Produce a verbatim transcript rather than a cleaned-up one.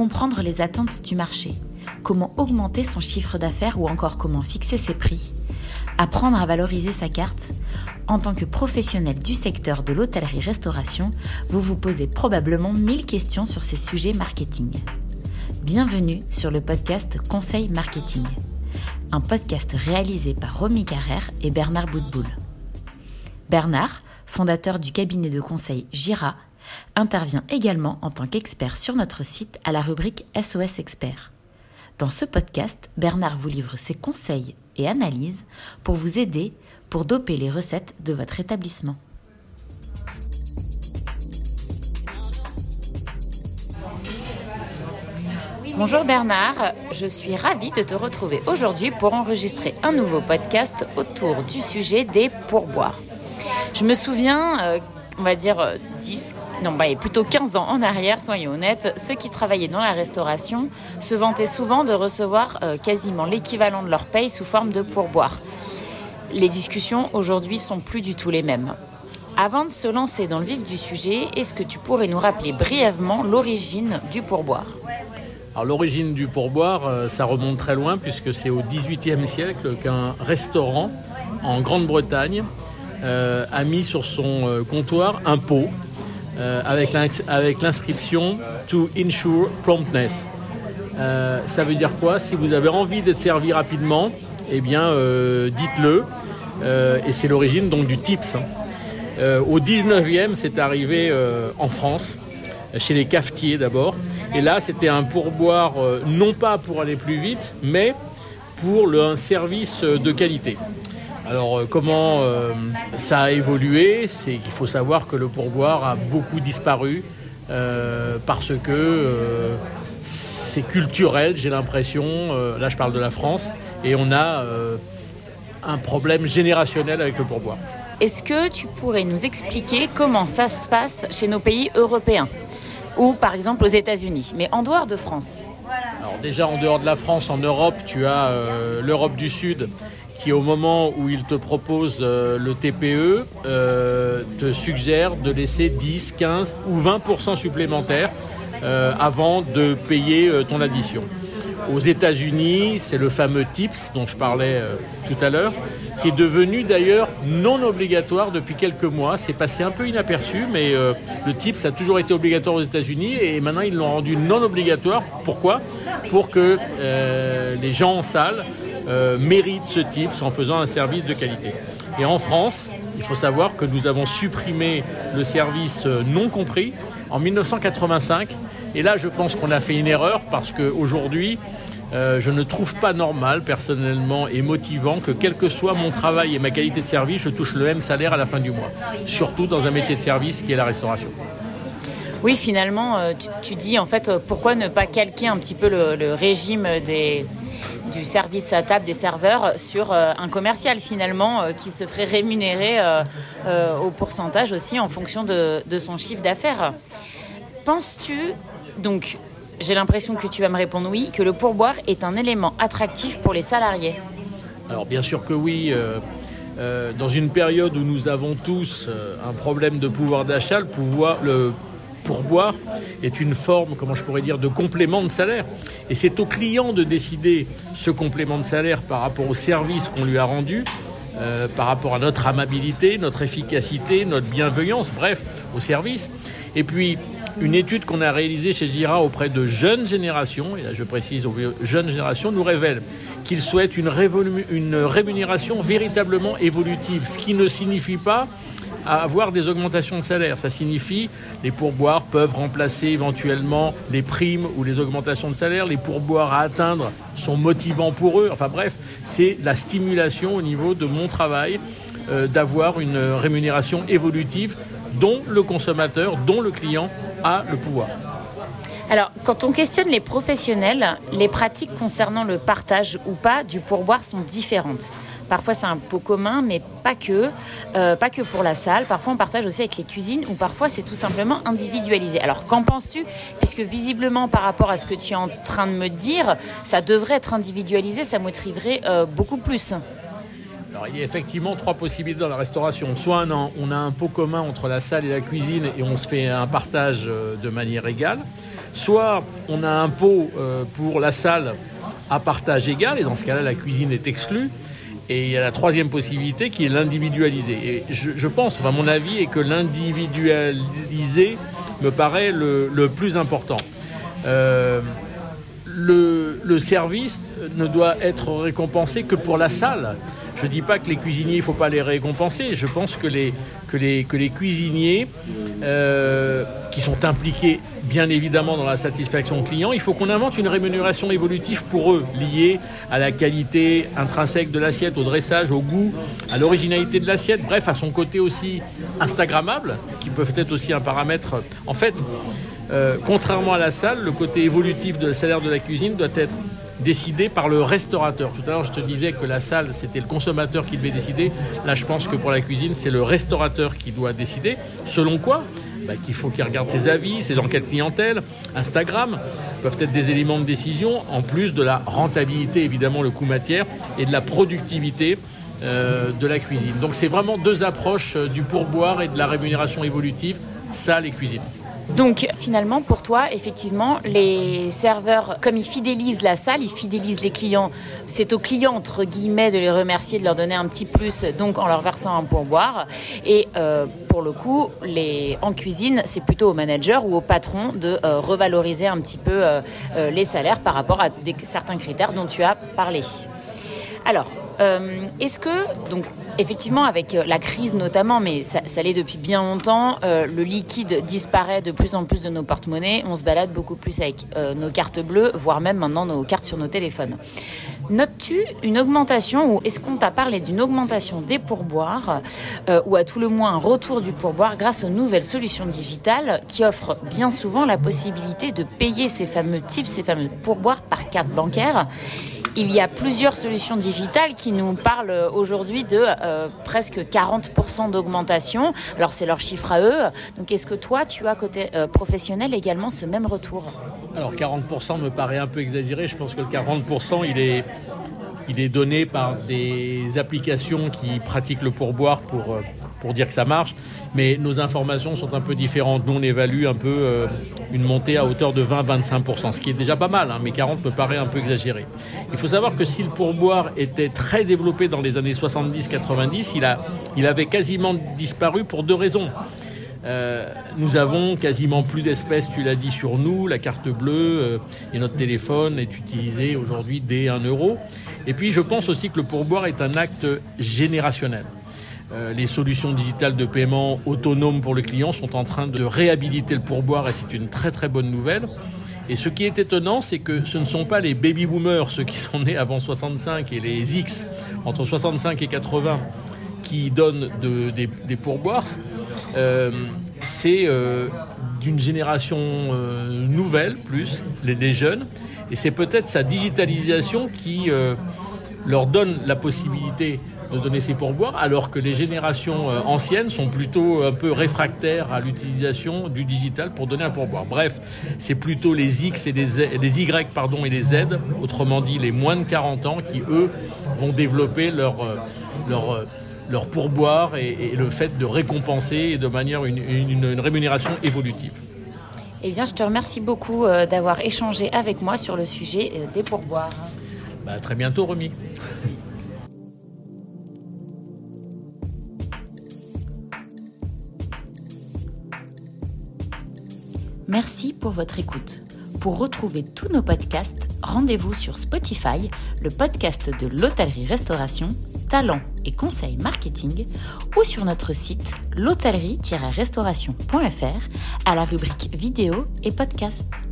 comprendre les attentes du marché, comment augmenter son chiffre d'affaires ou encore comment fixer ses prix, apprendre à valoriser sa carte. En tant que professionnel du secteur de l'hôtellerie-restauration, vous vous posez probablement mille questions sur ces sujets marketing. Bienvenue sur le podcast Conseil Marketing, un podcast réalisé par Romy Carrère et Bernard Boutboul. Bernard, fondateur du cabinet de conseil Gira, intervient également en tant qu'expert sur notre site à la rubrique S O S Expert. Dans ce podcast, Bernard vous livre ses conseils et analyses pour vous aider pour doper les recettes de votre établissement. Bonjour Bernard, je suis ravie de te retrouver aujourd'hui pour enregistrer un nouveau podcast autour du sujet des pourboires. Je me souviens, euh, on va dire dix, non bah, plutôt quinze ans en arrière, soyons honnêtes, ceux qui travaillaient dans la restauration se vantaient souvent de recevoir euh, quasiment l'équivalent de leur paye sous forme de pourboire. Les discussions aujourd'hui sont plus du tout les mêmes. Avant de se lancer dans le vif du sujet, est-ce que tu pourrais nous rappeler brièvement l'origine du pourboire ? Alors l'origine du pourboire, euh, ça remonte très loin puisque c'est au dix-huitième siècle qu'un restaurant en Grande-Bretagne euh, a mis sur son euh, comptoir un pot euh, avec, avec l'inscription « To ensure promptness ». Euh, ça veut dire quoi ? Si vous avez envie d'être servi rapidement, eh bien euh, dites-le. Euh, et c'est l'origine donc du tips. Hein. Euh, au dix-neuvième, c'est arrivé euh, en France, chez les cafetiers d'abord. Et là, c'était un pourboire, euh, non pas pour aller plus vite, mais pour le, un service de qualité. Alors, euh, comment euh, ça a évolué ? C'est qu'il faut savoir que le pourboire a beaucoup disparu euh, parce que euh, c'est culturel, j'ai l'impression. Euh, là, je parle de la France. Et on a euh, un problème générationnel avec le pourboire. Est-ce que tu pourrais nous expliquer comment ça se passe chez nos pays européens ? Ou par exemple aux États-Unis, mais en dehors de France. Alors déjà en dehors de la France, en Europe, tu as euh, l'Europe du Sud qui au moment où il te propose euh, le T P E euh, te suggère de laisser dix, quinze ou vingt pour cent supplémentaires euh, avant de payer euh, ton addition. Aux États-Unis, c'est le fameux tips dont je parlais euh, tout à l'heure, qui est devenu d'ailleurs non obligatoire depuis quelques mois. C'est passé un peu inaperçu, mais euh, le tips a toujours été obligatoire aux États-Unis et maintenant ils l'ont rendu non obligatoire. Pourquoi ? Pour que euh, les gens en salle euh, méritent ce tips en faisant un service de qualité. Et en France, il faut savoir que nous avons supprimé le service euh, non compris en dix-neuf cent quatre-vingt-cinq. Et là, je pense qu'on a fait une erreur parce qu'aujourd'hui, euh, je ne trouve pas normal, personnellement, et motivant que quel que soit mon travail et ma qualité de service, je touche le même salaire à la fin du mois. Surtout dans un métier de service qui est la restauration. Oui, finalement, tu, tu dis en fait, pourquoi ne pas calquer un petit peu le, le régime des, du service à table des serveurs sur euh, un commercial finalement euh, qui se ferait rémunérer euh, euh, au pourcentage aussi en fonction de, de son chiffre d'affaires. Penses-tu, donc j'ai l'impression que tu vas me répondre oui, que le pourboire est un élément attractif pour les salariés ? Alors bien sûr que oui. Euh, euh, dans une période où nous avons tous euh, un problème de pouvoir d'achat, le, pouvoir, le pourboire est une forme, comment je pourrais dire, de complément de salaire. Et c'est au client de décider ce complément de salaire par rapport au service qu'on lui a rendu, euh, par rapport à notre amabilité, notre efficacité, notre bienveillance, bref, au service. Et puis, une étude qu'on a réalisée chez Gira auprès de jeunes générations, et là je précise aux jeunes générations, nous révèle qu'ils souhaitent une, révolu- une rémunération véritablement évolutive, ce qui ne signifie pas avoir des augmentations de salaire. Ça signifie les pourboires peuvent remplacer éventuellement les primes ou les augmentations de salaire. Les pourboires à atteindre sont motivants pour eux. Enfin bref, c'est la stimulation au niveau de mon travail euh, d'avoir une rémunération évolutive dont le consommateur, dont le client a le pouvoir. Alors, quand on questionne les professionnels, les pratiques concernant le partage ou pas du pourboire sont différentes. Parfois, c'est un pot commun, mais pas que. Euh, pas que pour la salle. Parfois, on partage aussi avec les cuisines ou parfois, c'est tout simplement individualisé. Alors, qu'en penses-tu ? Puisque visiblement, par rapport à ce que tu es en train de me dire, ça devrait être individualisé, ça motiverait euh, beaucoup plus. Alors, il y a effectivement trois possibilités dans la restauration. Soit on a, on a un pot commun entre la salle et la cuisine et on se fait un partage de manière égale. Soit on a un pot euh, pour la salle à partage égal, et dans ce cas-là, la cuisine est exclue. Et il y a la troisième possibilité qui est l'individualiser. Et je, je pense, enfin mon avis est que l'individualiser me paraît le, le plus important. Euh, le, le service ne doit être récompensé que pour la salle. Je ne dis pas que les cuisiniers, il ne faut pas les récompenser. Je pense que les, que les, que les cuisiniers euh, qui sont impliqués, bien évidemment, dans la satisfaction client, il faut qu'on invente une rémunération évolutive pour eux, liée à la qualité intrinsèque de l'assiette, au dressage, au goût, à l'originalité de l'assiette, bref, à son côté aussi instagrammable, qui peut être aussi un paramètre. En fait, euh, contrairement à la salle, le côté évolutif de salaire de la cuisine doit être décidé par le restaurateur. Tout à l'heure, je te disais que la salle, c'était le consommateur qui devait décider. Là, je pense que pour la cuisine, c'est le restaurateur qui doit décider. Selon quoi ? Bah, qu'il faut qu'il regarde ses avis, ses enquêtes clientèle, Instagram, peuvent être des éléments de décision, en plus de la rentabilité, évidemment, le coût matière, et de la productivité euh, de la cuisine. Donc, c'est vraiment deux approches euh, du pourboire et de la rémunération évolutive, salle et cuisine. Donc finalement pour toi, effectivement, les serveurs, comme ils fidélisent la salle, ils fidélisent les clients. C'est aux clients, entre guillemets, de les remercier, de leur donner un petit plus, donc en leur versant un pourboire. Et euh, pour le coup, les, en cuisine, c'est plutôt au manager ou au patron de euh, revaloriser un petit peu euh, euh, les salaires par rapport à des, certains critères dont tu as parlé. Alors, euh, est-ce que, donc effectivement avec la crise notamment, mais ça, ça l'est depuis bien longtemps, euh, le liquide disparaît de plus en plus de nos porte-monnaies, on se balade beaucoup plus avec euh, nos cartes bleues, voire même maintenant nos cartes sur nos téléphones. Notes-tu une augmentation, ou est-ce qu'on t'a parlé d'une augmentation des pourboires, euh, ou à tout le moins un retour du pourboire grâce aux nouvelles solutions digitales qui offrent bien souvent la possibilité de payer ces fameux types, ces fameux pourboires par carte bancaire? Il y a plusieurs solutions digitales qui nous parlent aujourd'hui de euh, presque quarante pour cent d'augmentation. Alors, c'est leur chiffre à eux. Donc, est-ce que toi, tu as côté euh, professionnel également ce même retour ? Alors, quarante pour cent me paraît un peu exagéré. Je pense que le quarante pour cent, il est, il est donné par des applications qui pratiquent le pourboire pour, pour dire que ça marche. Mais nos informations sont un peu différentes. Nous, on évalue un peu euh, une montée à hauteur de vingt à vingt-cinq pour cent, ce qui est déjà pas mal, hein, mais quarante me paraît un peu exagéré. Il faut savoir que si le pourboire était très développé dans les années soixante-dix quatre-vingt-dix, il, a, il avait quasiment disparu pour deux raisons. Euh, nous avons quasiment plus d'espèces, tu l'as dit, sur nous. La carte bleue euh, et notre téléphone est utilisé aujourd'hui dès un euro. Et puis, je pense aussi que le pourboire est un acte générationnel. Euh, les solutions digitales de paiement autonomes pour le client sont en train de réhabiliter le pourboire et c'est une très très bonne nouvelle. Et ce qui est étonnant, c'est que ce ne sont pas les baby boomers, ceux qui sont nés avant soixante-cinq, et les X entre soixante-cinq et quatre-vingts qui donnent de, des, des pourboires. Euh, c'est euh, d'une génération euh, nouvelle, plus les, les jeunes. Et c'est peut-être sa digitalisation qui euh, leur donne la possibilité de donner ces pourboires, alors que les générations euh, anciennes sont plutôt un peu réfractaires à l'utilisation du digital pour donner un pourboire. Bref, c'est plutôt les X et les, Z, les Y pardon, et les Z, autrement dit les moins de quarante ans, qui eux vont développer leur, leur, leur pourboire et, et le fait de récompenser de manière une, une, une rémunération évolutive. Eh bien, je te remercie beaucoup euh, d'avoir échangé avec moi sur le sujet euh, des pourboires. Bah, à très bientôt, Romy. Merci pour votre écoute. Pour retrouver tous nos podcasts, rendez-vous sur Spotify, le podcast de l'hôtellerie-restauration, talents et conseils marketing, ou sur notre site l'hôtellerie tiret restauration point f r à la rubrique vidéo et podcast.